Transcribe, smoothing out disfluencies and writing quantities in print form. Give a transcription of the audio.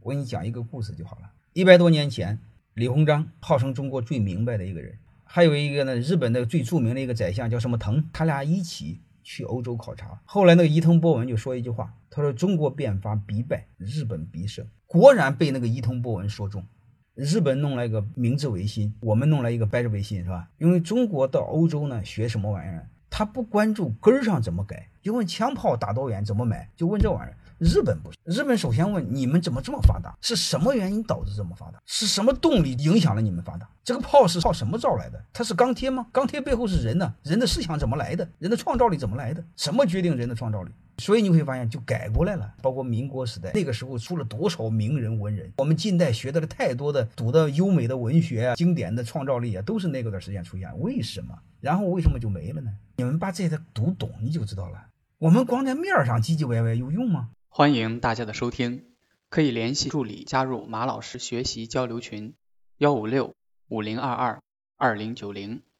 我给你讲一个故事就好了。100多年前，李鸿章号称中国最明白的一个人，还有一个呢，日本的最著名的一个宰相叫什么藤，他俩一起去欧洲考察。后来那个伊藤博文就说一句话，他说中国变法必败，日本必胜。果然被那个伊藤博文说中。日本弄来一个明治维新，我们弄来一个白纸维新，是吧？因为中国到欧洲呢学什么玩意儿，他不关注根上怎么改，就问枪炮打多远怎么买，就问这玩意儿。日本不是，日本首先问你们怎么这么发达，是什么原因导致这么发达，是什么动力影响了你们发达，这个炮是靠什么造来的，它是钢铁吗？钢铁背后是人呢，人的思想怎么来的，人的创造力怎么来的，什么决定人的创造力？所以你会发现就改过来了。包括民国时代那个时候出了多少名人文人，我们近代学到了太多的读的优美的文学啊，经典的创造力啊，都是那个段时间出现。为什么？然后为什么就没了呢？你们把这些读懂你就知道了。我们光在面上唧唧歪歪有用吗？ 欢迎大家的收听，可以联系助理加入马老师学习交流群15650222090。